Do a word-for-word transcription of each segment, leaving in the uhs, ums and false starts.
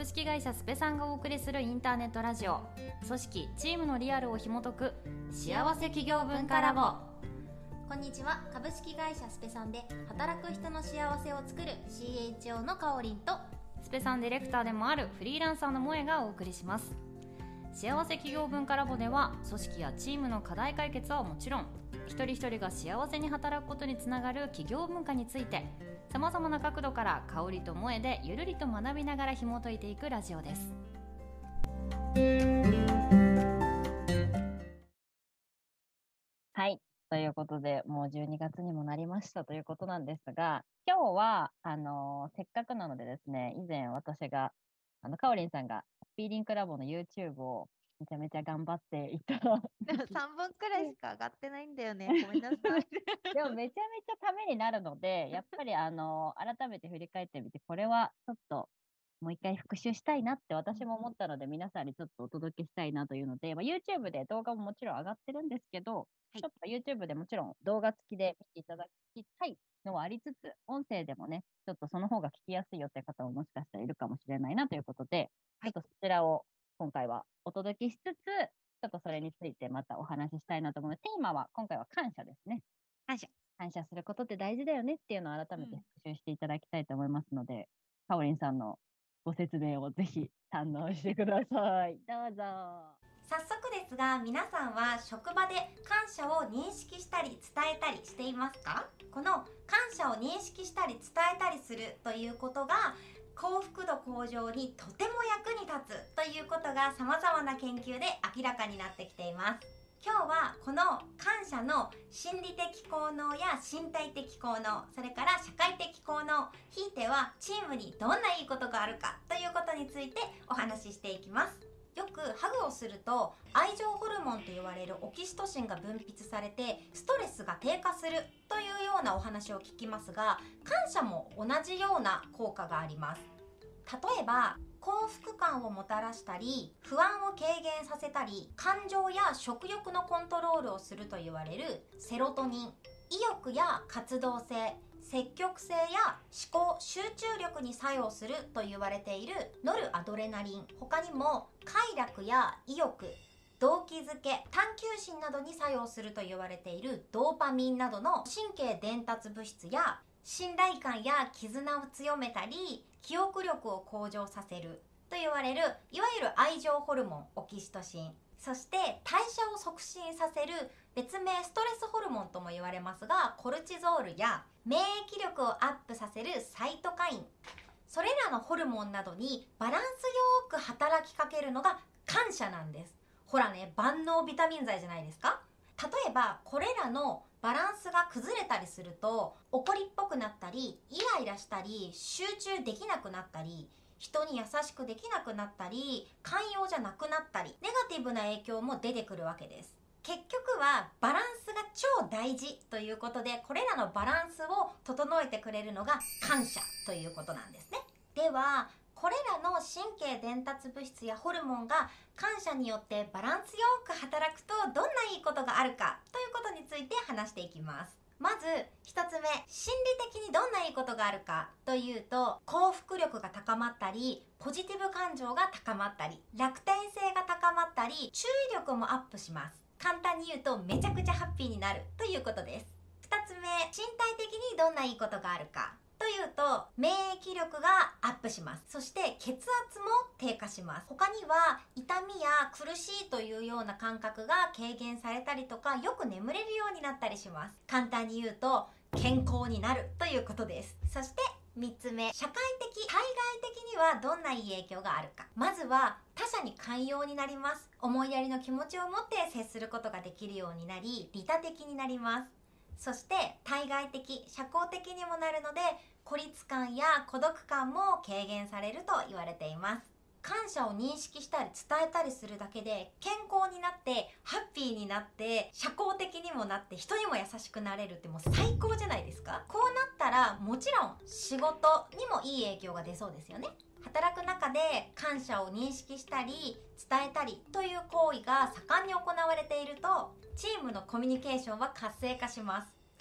株式会社スペさんがお送りするインターネットラジオ、組織チームのリアルを紐解く幸せ企業文化ラボ。 こんにちは。株式会社スペさんで働く人の幸せを作る シーエイチオー のかおりんと、 スペさんディレクターでもあるフリーランサーの萌がお送りします。幸せ企業文化ラボでは、組織やチームの課題解決はもちろん、一人一人が幸せに働くことにつながる企業文化について、さまざまな角度から香りと萌でゆるりと学びながら紐解いていくラジオです。はい、ということで、もうじゅうにがつにもなりましたということなんですが、今日はあのーせっかくなのでですね、以前私があのかおりんさんがハッピーリンクラボの YouTube をめちゃめちゃ頑張っていたさんぼんくらいしか上がってないんだよね。ごめんなさい。 でもめちゃめちゃためになるので、やっぱりあの改めて振り返ってみて、これはちょっともう一回復習したいなって私も思ったので、皆さんにちょっとお届けしたいなというので、まあ、YouTube で動画ももちろん上がってるんですけど、はい、ちょっと YouTube でもちろん動画付きで見ていただきたいのはありつつ、音声でもね、ちょっとその方が聞きやすいよって方ももしかしたらいるかもしれないなということで、はい、ちょっとそちらを今回はお届けしつつ、ちょっとそれについてまたお話ししたいなと思うので、テーマは今回は感謝ですね。感謝。感謝することって大事だよねっていうのを改めて復習していただきたいと思いますので、かおりんさんのご説明をぜひ堪能してください。どうぞ。 早速ですが、皆さんは職場で感謝を認識したり伝えたりしていますか？この感謝を認識したり伝えたりするということが幸福度向上にとても役に立つということが様々な研究で明らかになってきています。今日はこの感謝の心理的効能や身体的効能、それから社会的効能、ひいてはチームにどんないいことがあるかということについてお話ししていきます。よくハグをすると愛情ホルモンと言われるオキシトシンが分泌されてストレスが低下するというようなお話を聞きますが、感謝も同じような効果があります。例えば幸福感をもたらしたり、不安を軽減させたり、感情や食欲のコントロールをすると言われるセロトニン、意欲や活動性、積極性や思考・集中力に作用すると言われているノルアドレナリン、他にも快楽や意欲、動機づけ、探求心などに作用すると言われているドーパミンなどの神経伝達物質や、信頼感や絆を強めたり記憶力を向上させると言われるいわゆる愛情ホルモンオキシトシン、そして代謝を促進させる別名ストレスホルモンとも言われますがコルチゾールや免疫力をアップさせるサイトカイン、それらのホルモンなどにバランスよく働きかけるのが感謝なんです。ほらね、万能ビタミン剤じゃないですか。例えばこれらのバランスが崩れたりすると怒りっぽくなったりイライラしたり集中できなくなったり人に優しくできなくなったり寛容じゃなくなったりネガティブな影響も出てくるわけです。結局はバランスが超大事ということで、これらのバランスを整えてくれるのが感謝ということなんですね。ではこれらの神経伝達物質やホルモンが感謝によってバランスよく働くとどんないいことがあるかということについて話していきます。まずひとつめ、心理的にどんないいことがあるかというと、幸福力が高まったりポジティブ感情が高まったり楽天性が高まったり注意力もアップします。簡単に言うとめちゃくちゃハッピーになるということです。ふたつめ、身体的にどんないいことがあるかというと、免疫力がアップします。そして血圧も低下します。他には痛みや苦しいというような感覚が軽減されたりとか、よく眠れるようになったりします。簡単に言うと健康になるということです。そしてみっつめ、社会的、対外的にはどんないい影響があるか。まずは他者に寛容になります。思いやりの気持ちを持って接することができるようになり、利他的になります。そして対外的、社交的にもなるので孤立感や孤独感も軽減されると言われています。感謝を認識したり伝えたりするだけで健康になってハッピーになって社交的にもなって人にも優しくなれるってもう最高じゃないですか。こうなったらもちろん仕事にもいい影響が出そうですよね。働く中で感謝を認識したり伝えたりという行為が盛んに行われているとチームのコミュニケーションは活性化します。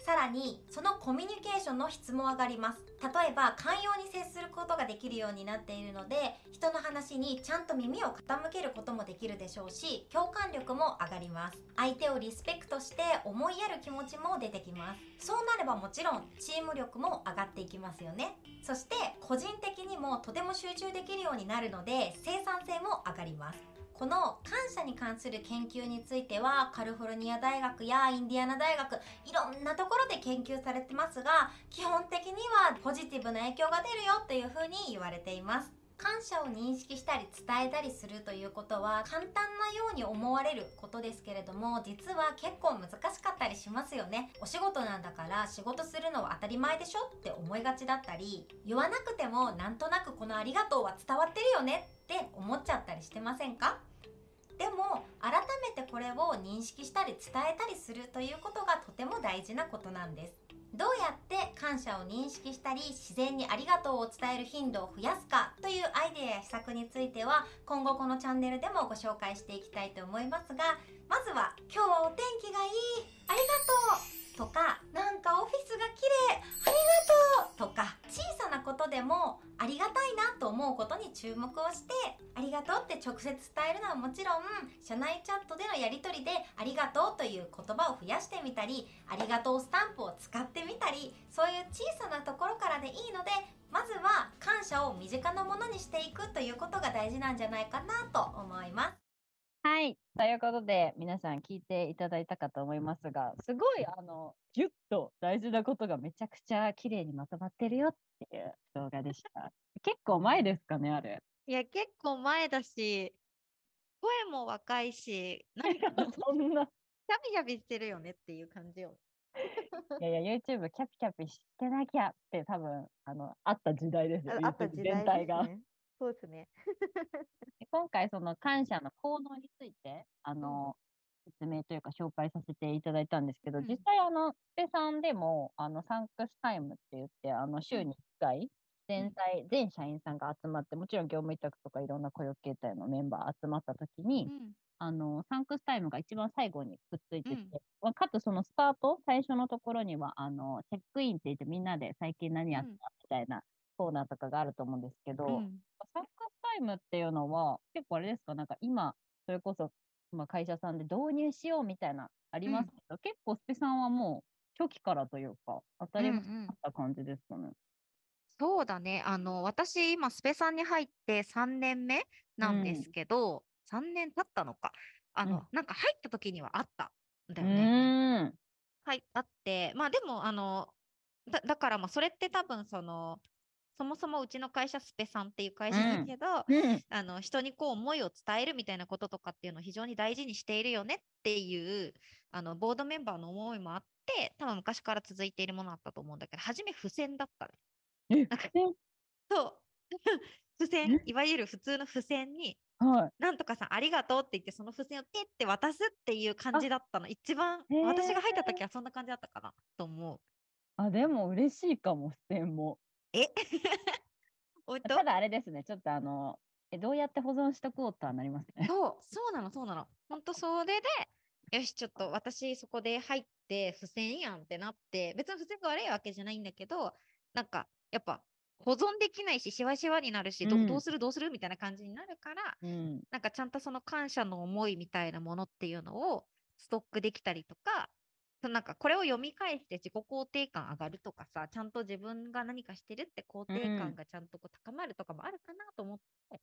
さらにそのコミュニケーションの質も上がります。例えば寛容に接することができるようになっているので、人の話にちゃんと耳を傾けることもできるでしょうし、共感力も上がります。相手をリスペクトして思いやる気持ちも出てきます。そうなればもちろんチーム力も上がっていきますよね。そして個人的にもとても集中できるようになるので、生産性も上がります。この感謝に関する研究についてはカリフォルニア大学やインディアナ大学、いろんなところで研究されてますが、基本的にはポジティブな影響が出るよというふうに言われています。感謝を認識したり伝えたりするということは簡単なように思われることですけれども、実は結構難しかったりしますよね。お仕事なんだから仕事するのは当たり前でしょって思いがちだったり、言わなくてもなんとなくこのありがとうは伝わってるよねって思っちゃったりしてませんか？でも改めてこれを認識したり伝えたりするということがとても大事なことなんです。どうやって感謝を認識したり自然にありがとうを伝える頻度を増やすかというアイデアや施策については今後このチャンネルでもご紹介していきたいと思いますが、まずは今日はお天気がいい、ありがとうとか、なんかオフィスが綺麗、ありがとうとか、小さなことでもありがたいなと思うことに注目をして、ありがとうって直接伝えるのはもちろん、社内チャットでのやり取りでありがとうという言葉を増やしてみたり、ありがとうスタンプを使ってみたり、そういう小さなところからでいいので、まずは感謝を身近なものにしていくということが大事なんじゃないかなと思います。 はい。ということで、皆さん聞いていただいたかと思いますが、すごい、あの、ぎゅっと大事なことがめちゃくちゃ綺麗にまとまってるよっていう動画でした。結構前ですかね、あれ。 いや、結構前だし、声も若いし、なんかそんな。 キャピキャピしてるよねっていう感じよ。 いやいや、YouTube キャピキャピしてなきゃって多分、あの、あった時代ですよ、 ああった YouTube 時全体が。 代ですね。そうですね。 で今回、その感謝の効能について、あの、説明というか紹介させていただいたんですけど、 うん実際、あの、スペさんでも、あの、サンクスタイムって言って、あの、週にいっかい、全体、全社員さんが集まって、もちろん業務委託とかいろんな雇用形態のメンバー集まった時に、 うんあの、サンクスタイムが一番最後にくっついてて、 うんまあかつそのスタート、最初のところには、あの、チェックインって言ってみんなで最近何やったみたいなコーナーとかがあると思うんですけど、 うんサンクスタイムっていうのは、結構あれですか、なんか今、それこそ、まあ、会社さんで導入しようみたいな、ありますけど、結構スペさんはもう、初期からというか、当たり前になった感じですかね。 そうだね。あの、私、今、スペさんに入ってさんねんめなんですけど、さんねん経ったのか。あの、 うんなんか入った時にはあったんだうよね。 ーん。 はい、あって、まあでも、あの、だ、だからまあそれって多分その、そもそもうちの会社スペさんっていう会社だけど、 うん。 あの人にこう思いを伝えるみたいなこととかっていうのを非常に大事にしているよねっていうあのボードメンバーの思いもあって多分昔から続いているものだったと思うんだけど、初め付箋だったね。 え、 なんかえそう付箋、 えいわゆる普通の付箋にはい。 なんとかさんありがとうって言ってその付箋をピッて渡すっていう感じだったの。一番へ私が入ったー時はそんな感じだったかなと思う。 あ、でも嬉しいかも、視点も。 えおいとただあれですね、ちょっとあの、え、どうやって保存しとこうとはなりますね。 そう、そうなの、そうなの。ほんとそれで、よし、ちょっと私そこで入って付箋やんってなって、別に付箋が悪いわけじゃないんだけど、なんか、やっぱ保存できないし、しわしわになるし、どうんどうするどうするみたいな感じになるから、 うん。 なんかちゃんとその感謝の思いみたいなものっていうのをストックできたりとか、そのなんかこれを読み返して自己肯定感上がるとかさ、ちゃんと自分が何かしてるって肯定感がちゃんとこう高まるとかもあるかなと思って、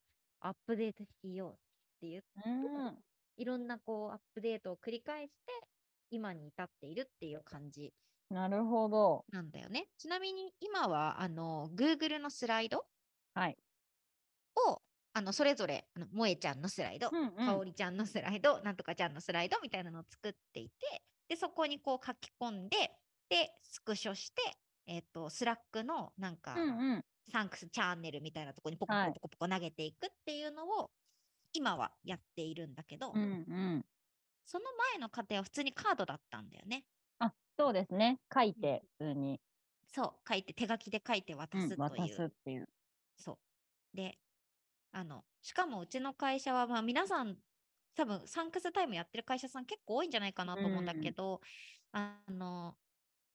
アップデートしようって言って、 うん。 いろんなこうアップデートを繰り返して今に至っているっていう感じなるほど。 なんだよね。ちなみに今はあの Google のスライドはい。 をあのそれぞれあの萌えちゃんのスライド、 うんうんかおりちゃんのスライド、なんとかちゃんのスライドみたいなのを作っていて、でそこにこう書き込んで、でスクショして、えっ、とスラックのなんか、 うんうん。 サンクスチャンネルみたいなところにポコポはいコポコポコ投げていくっていうのを今はやっているんだけど、 うんうん。 その前の過程は普通にカードだったんだよね。 あ、そうですね。書いて、普通に、 そう、書いて、手書きで書いて渡うん、 すと渡いう。 すっていう。 そう。で、あの、しかもうちの会社は、まあ皆さん、多分サンクスタイムやってる会社さん結構多いんじゃないかなと思うんだけど、あの、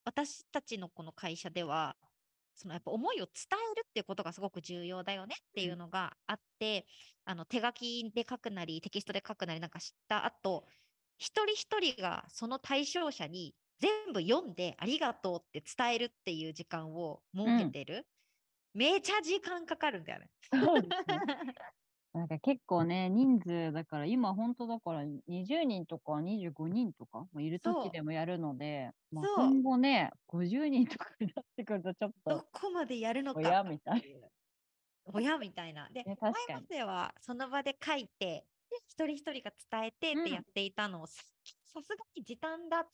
私たちのこの会社では、そのやっぱ思いを伝えるっていうことがすごく重要だよねっていうのがあって、あの手書きで書くなり、テキストで書くなりなんか知った後、一人一人がその対象者に全部読んでありがとうって伝えるっていう時間を設けうん。 てる。めちゃ時間かかるんだよね。 そうですね。なんか結構ね、人数だから、今本当だからにじゅうにんとかにじゅうごにんとかもいる時そう、 でもやるので、まあそう、 今後ね、ごじゅうにんとかになってくるとちょっとどこまでやるのかっ親みたいていう。親みたいな。で、 な。ね、 前確かに。 まではその場で書いて、で一人一人が伝えてってやっうん。 ていたのを、ささすがに時短だっつって、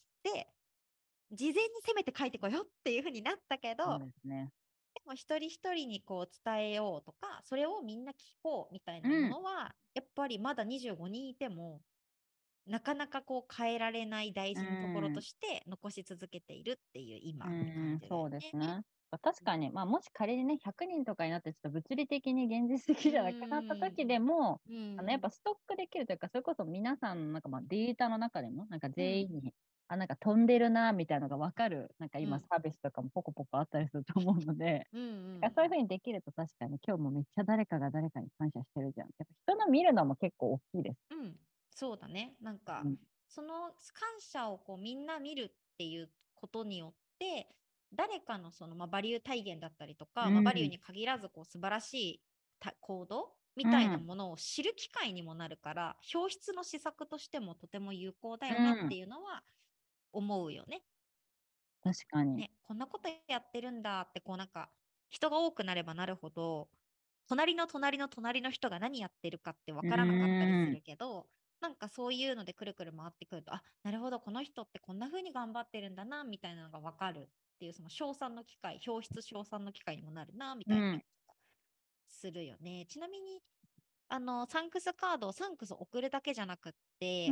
事前にせめて書いてこようっていうふうになったけど、 そうですね。 でも一人一人にこう伝えようとか、それをみんな聞こうみたいなもうん。 のは、やっぱりまだにじゅうごにんいても、なかなかこう変えられない大う事なところとん。 して残し続けているっていう今うって感ん、そうですじだよね。 ね。確かに、まあ、もし仮にね、ひゃくにんとかになって、ちょっと物理的に現実う的じゃなくなった時でん。 も、 うあの、やっぱん。 ストックできるというか、それこそ皆さんのなんかまあデータの中でも、なんかうん。 全員に、あ、なんか飛んでるな、みたいなのがわかる、なんかうん。 今サービスとかもポコポコあったりすると思うので、 うん。うなんん。 かそういうふうにできると確かに今日もめっちゃ誰かが誰かに感謝してるじゃん。やっぱ人の見るのも結構大きいです。 うん、そうだね。なんか、 うん。 その感謝をこうみんな見るっていうことによって、誰かのその、まあ、バリュー体現だったりとか、まあ、バリューうん。 に限らずこう素晴らしいた行動みたいなうん。 ものを知る機会にもなるから、表出の施策としてもとても有効だうよなってん。 いうのは思うよね。 確かに。 ね、こんなことやってるんだって、こうなんか、人が多くなればなるほど、隣の隣の隣の人が何やってるかって分うからなかったりすん。 るけど、なんかそういうのでくるくる回ってくると、あ、なるほど、この人ってこんな風に頑張ってるんだな、みたいなのが分かるっていう、その称賛の機会、表出称賛の機会にもなるな、みたいなうん。 するよね。ちなみに、あの、サンクスカードをサンクス送るだけじゃなくって、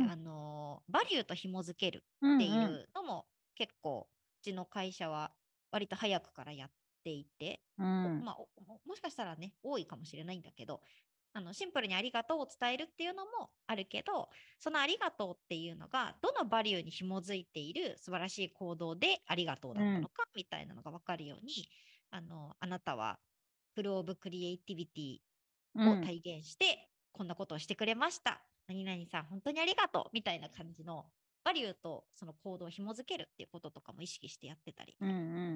うん。 あの、バリューと紐付けるっていうん。うん。 うのも結構、うちの会社は割と早くからやっていて、おうん。 まあ、おももしかしたらね、多いかもしれないんだけど、あのシンプルにありがとうを伝えるっていうのもあるけど、そのありがとうっていうのが、どのバリューに紐づいている素晴らしい行動でありがとうだったのかみたいなのが分かるように、あの、あなたはフルオブクリエイティビティをうん。 体現して、こんなことをしてくれました。何々さん、本当にありがとうみたいな感じのバリューとその行動を紐付けるっていうこととかも意識してやってたりうん。うん。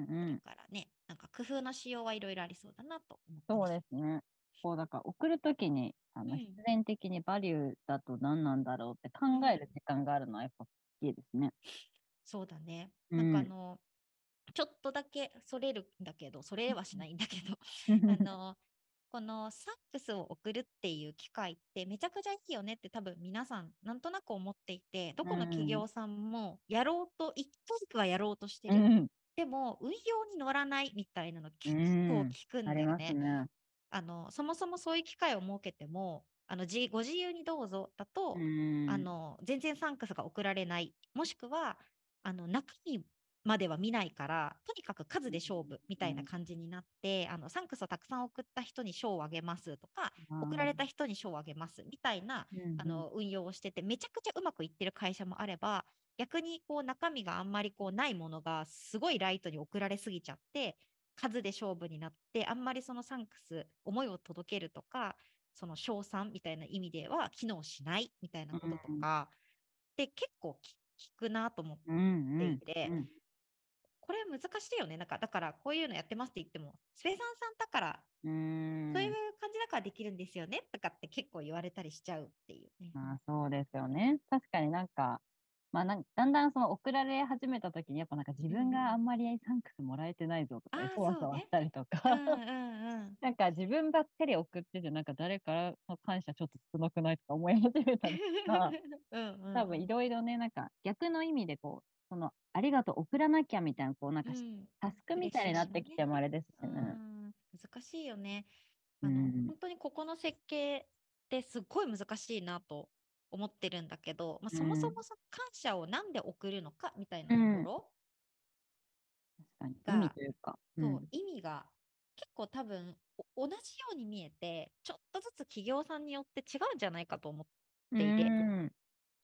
うするん。 からね、なんか工夫のしようはいろいろありそうだなと思ったそうりする。 ですね。こう、だから送るときに、あの、必うん、 然的にバリューだと何なんだろうって考うん、 える時間があるのはやっぱ大きいですね。 そうだね。なんかあうん。 の、ちょっとだけそれるんだけど、それはしないんだけど、あの、このサックスを送るっていう機会ってめちゃくちゃいいよねって多分皆さんなんとなく思っていて、どうこの企ん。 業さんもやろうと、一回はやろうとしてる。 うん。 でも運用に乗らないみたいなのう結構ん。 聞くんありますだよね。 ね。 あの、そもそもそういう機会を設けても、あの、じご自由にどうぞだうと、あん。 の、全然サンクスが送られない。もしくは、あの、中身までは見ないから、とにかく数で勝負みたいな感じになって、あの、サンクスをたくさん送った人に賞をあげますとか、送られた人に賞をあげますみたいな、 うん。うん。 あの、運用をしてて、めちゃくちゃうまくいってる会社もあれば、逆にこう中身があんまりこうないものがすごいライトに送られすぎちゃって、数で勝負になって、あんまりそのサンクス、思いを届けるとか、その賞賛みたいな意味では機能しないみたいなこととか、で結構聞くなと思っうん。うん。 ていて、 うん。 これ難しいよね。なんか、だからこういうのやってますって言っても、スペさんさんだから、 うそういうん。 感じだからできるんですよねとかって結構言われたりしちゃうっていうね。 まあ、そうですよね。確かになんか、まあなんだんだんその送られ始めた時に、やっぱなんか自うん。 分があんまりサンクスもらえてないぞとかで、 ああ、 そわそわしそうね。 たりとか、 うんうんうん。 なんか自分ばっかり送ってて、なんか誰からの感謝ちょっと少なくないとか思い始めたりとか、 うんうん多分いろいろね、なんか逆の意味でこう、その、ありがとう、送らなきゃみたいな、こうなんかしうん。 タスクみプレッたいになってきシャーもね。 てもあれですうしね。 ん。難しいよね。あの、 うん。 本当にここの設計ってすっごい難しいなと思ってるんだけど、まあ、そもそうん。 もその感謝をなんで送るのかみたいなうん。 ところ確かに。意味が、 というか。うそう、 ん。 意味が結構多分お同じように見えて、ちょっとずつ企業さんによって違うんじゃないかと思っうていて、 ん。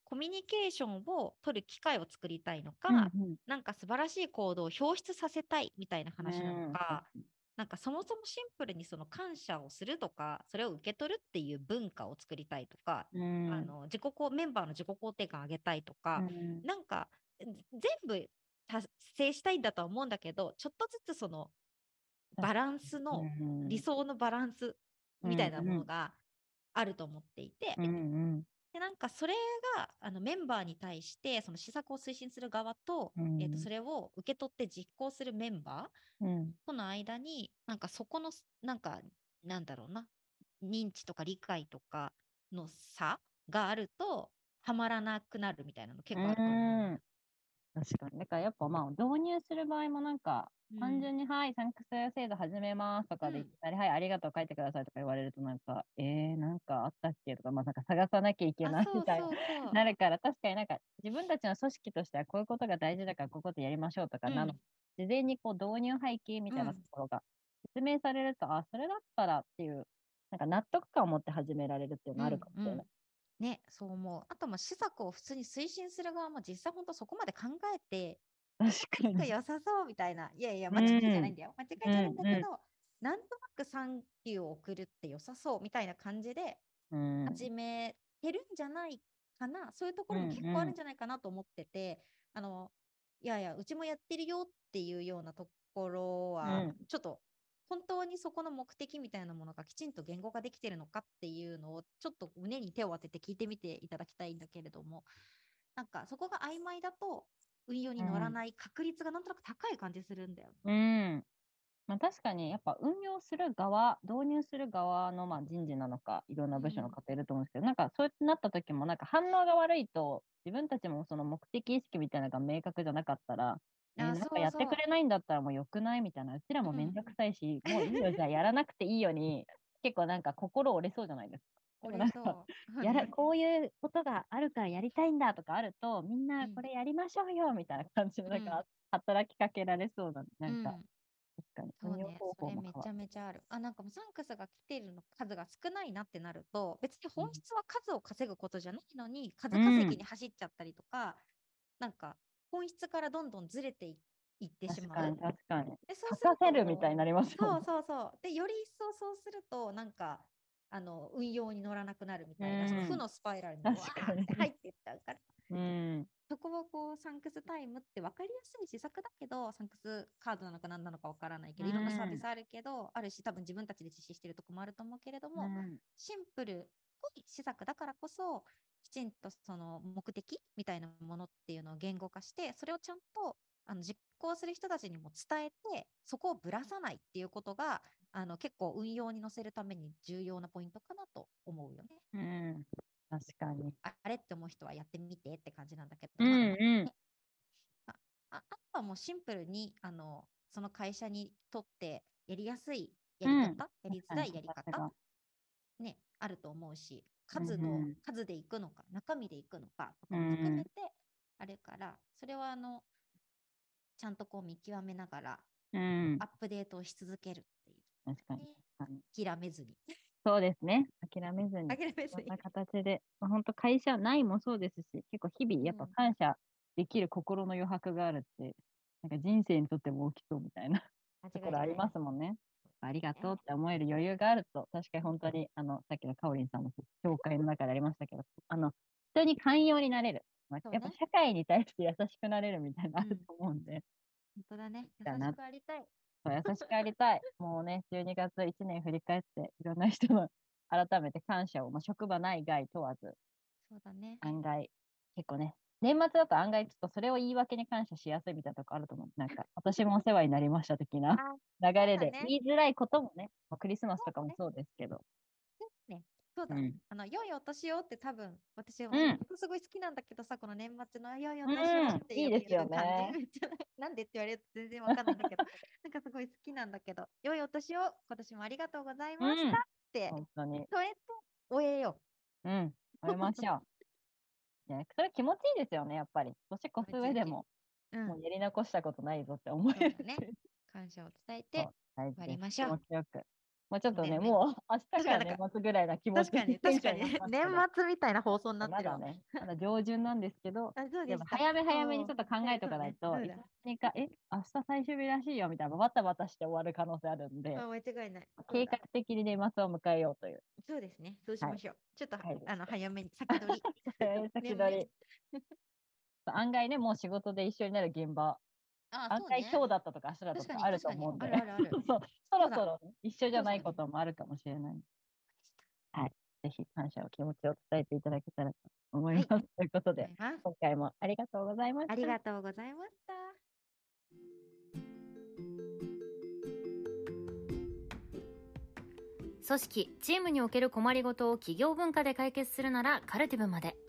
コミュニケーションを取る機会を作りたいのか、 うんうんなんか素晴らしい行動を表出させたいみたいな話なのか、 うんなんかそもそもシンプルにその感謝をするとか、それを受け取るっていう文化を作りたいとか、 うんあの自己こうメンバーの自己肯定感上げたいとか、 うんなんか全部達成したいんだとは思うんだけど、ちょっとずつそのバランスうのん理想のバランスみたいなものがあると思っていて、 うんうんでなんかそれがあのメンバーに対してその施策を推進する側と、 うんえー、とそれを受け取って実行するメンバーうんとの間になんかそこのなんかなんだろうな認知とか理解とかの差があるとはまらなくなるみたいなの結構あると思う。 うん確かに。だからやっぱまあ導入する場合もなんか、単純に、はい、サンクス制度始めますとかでうんいきなり、はい、ありがとう書いてくださいとか言われるとなんか、えー、なんかあったっけとか、まあなんか探さなきゃいけあ、 ないそうみたいな、 そうそう。 なるから、確かになんか自分たちの組織としてはこういうことが大事だからこういうことやりましょうとかなの、 うん事前にこう導入背景みたいなところが説明されると、あ、それだったらっていう、なんか納得感を持って始められるっていうのうんあるかもしれない。 うんね、そう思う。あとも施策を普通に推進する側も実際本当そこまで考えて確かに。 良さそうみたいな。いやいや、 うん間違いじゃないんだよ。間違いじゃないんだけうんど、なんとなくサンキューを送るって良さそうみたいな感じでうん始めてるんじゃないかな。そういうところも結うんうん構あるんじゃないかなと思ってて、あの、いやいや、うちもやってるよっていうようなところは、 うんちょっと本当にそこの目的みたいなものがきちんと言語化できてるのかっていうのをちょっと胸に手を当てて聞いてみていただきたいんだけれども、なんかそこが曖昧だと運用に乗らない確率がなんとなく高い感じするんだよ。 うんまあ、確かにやっぱ運用する側、導入する側のまあ人事なのか、いろんな部署の方いると思うんですけど、なんかそうやってなった時も、なんか反応が悪いと、自分たちもその目的意識みたいなのが明確じゃなかったら、えーあ、 なんかそうそう。 やってくれないんだったらもう良くないみたいな、うちらもめんどくさいし、もういいよ、じゃあやらなくていいよに、結構なんか心折れそうじゃないですか。でもなんか、 折れそう。 やら、こういうことがあるからやりたいんだとかあると、みんなうんこれやりましょうよみたいな感じの、なんうんか働きかけられそうな、なんか、 うん確かに運用そうね、そ方法もれめちゃめちゃある。あ、なんかもうサンクスが来てるの数が少ないなってなると、別に本質は数を稼ぐことじゃないのに、数稼ぎに走っちゃったりとか、なんか本質からどんどんずれていいってしまう。 確かに確かに。 で、そう書するかせるみと、 たいになりますよそうね。 そうそう。で、より一層そうすると、なんか、あの運用に乗らなくなるみうたいな、その負ん。 のスパイラルにわ確かに。 ーって入っていっちゃうから。 うん。 そこをこうサンクスタイムって分かりやすい施策だけど、サンクスカードなのか何なのか分からないけうど、いろんなサービん。 スあるけど、あるし多分自分たちで実施しているところもあると思うけれども、 うん。 シンプルっぽい施策だからこそ、きちんとその目的みたいなものっていうのを言語化して、それをちゃんとあの実行する人たちにも伝えて、そこをぶらさないっていうことが、あの結構運用に乗せるために重要なポイントかなと思うよね。 うん。確かに。 ああれって思う人はやってみてって感じなんだけど、 うん。 まあうん。 あああとはもうシンプルにあのその会社にとってやりやすいやりうん。 方、やりづ確かにらいやり方、 形が。 ね、あると思うし、 う数のん。 数でいくのか、中身でいくのかとうかも含めん。 てあるから、それはあのちゃんとこう見極めながらうん。 アップデートをし続けるっていう、 確かに。 ね、 確かに。 諦めずに。 そうですね。諦めずに。 諦めずに。 こんな形で、まあ、本当会社ないもそうですし、結構日々やっぱうん感謝できる心の余白があるって、なんか人生にとっても大きそうみたいなところあり間違いじゃない。 ますもんね。ありがとうっね、 て思える余裕があると、確かに本当に、あの、さっきのかおりんさんの紹介の中でありましたけど、あの、人に寛容になれる。まあ、 そうね。 やっぱ社会に対して優しくなれるみたいなのあるうん、 と思うんで、 本当だね。優だな、 しくありたい。 そう優しくありたい。もうね、じゅうにがついちねん振り返って、いろんな人の改めて感謝を、まあ、職場内外問わず、 そうだね。 案外、結構ね、年末だと案外ちょっとそれを言い訳に感謝しやすいみたいなとこあると思う。なんか、私もお世話になりました的なあ、 流れで、 そうだね。 言いづらいこともね、まあ、クリスマスとかそうだね。 もそうですけど、 ね、そうだ。 うん。 あの、良いお年をって多分、私、 うん。 本当すごい好きなんだけどさ、この年末の良いおう年をっん。 ていういいですよ感じ、 ね。 めっちゃ、なんでって言われると全然わかんないんだけど、なんかすごい好きなんだけど、良いお年を今年もありがとうございましたうん。 って、 本当に。 それと終えようん。終えましょう。いや、それ気持ちいいですよね、やっぱり。年越すう。 上でも、 うん、 もうやり残したことないぞって思えるそうだね。 し。 感謝を伝えてそう、大事終わです。気りましょう。 持ちよく。 もうちょっとね、 そうだよねもう明日から確かに年末ぐらいな気持ち確かに、 テンシ確かに。 ョンになってますけ年ど末みたいな放送になってるわ。 まだね、まだ上旬なんですけど、 あ、そうででした。 も早め早めにちょっと考えとかないと、 そうねいつの間にか、え、明日最終日らしいよみたいな、バタバタして終わる可能性あるんでそうだ。あ、、間違いない。そう計だ画的に年末を迎えようという。 そうですね。そうしましょう。ちょっと、 はいあの、早めに、先取り。 先取り。案外ね、もう仕事で一緒になる現場、 あ、そうね。 案外今日だったとか明日だったとかあると思うんで、 確かに確かにあるあるあるそうそろそうだそろね一緒じゃないこともあるかもしれない。はい。ぜひ感謝の気持ちを伝えていただけたらと思います。 はいということで、 ありがとうございます今回もありがとうございました。 ありがとうございました。 組織・チームにおける困りごとを企業文化で解決するならカルティブまで。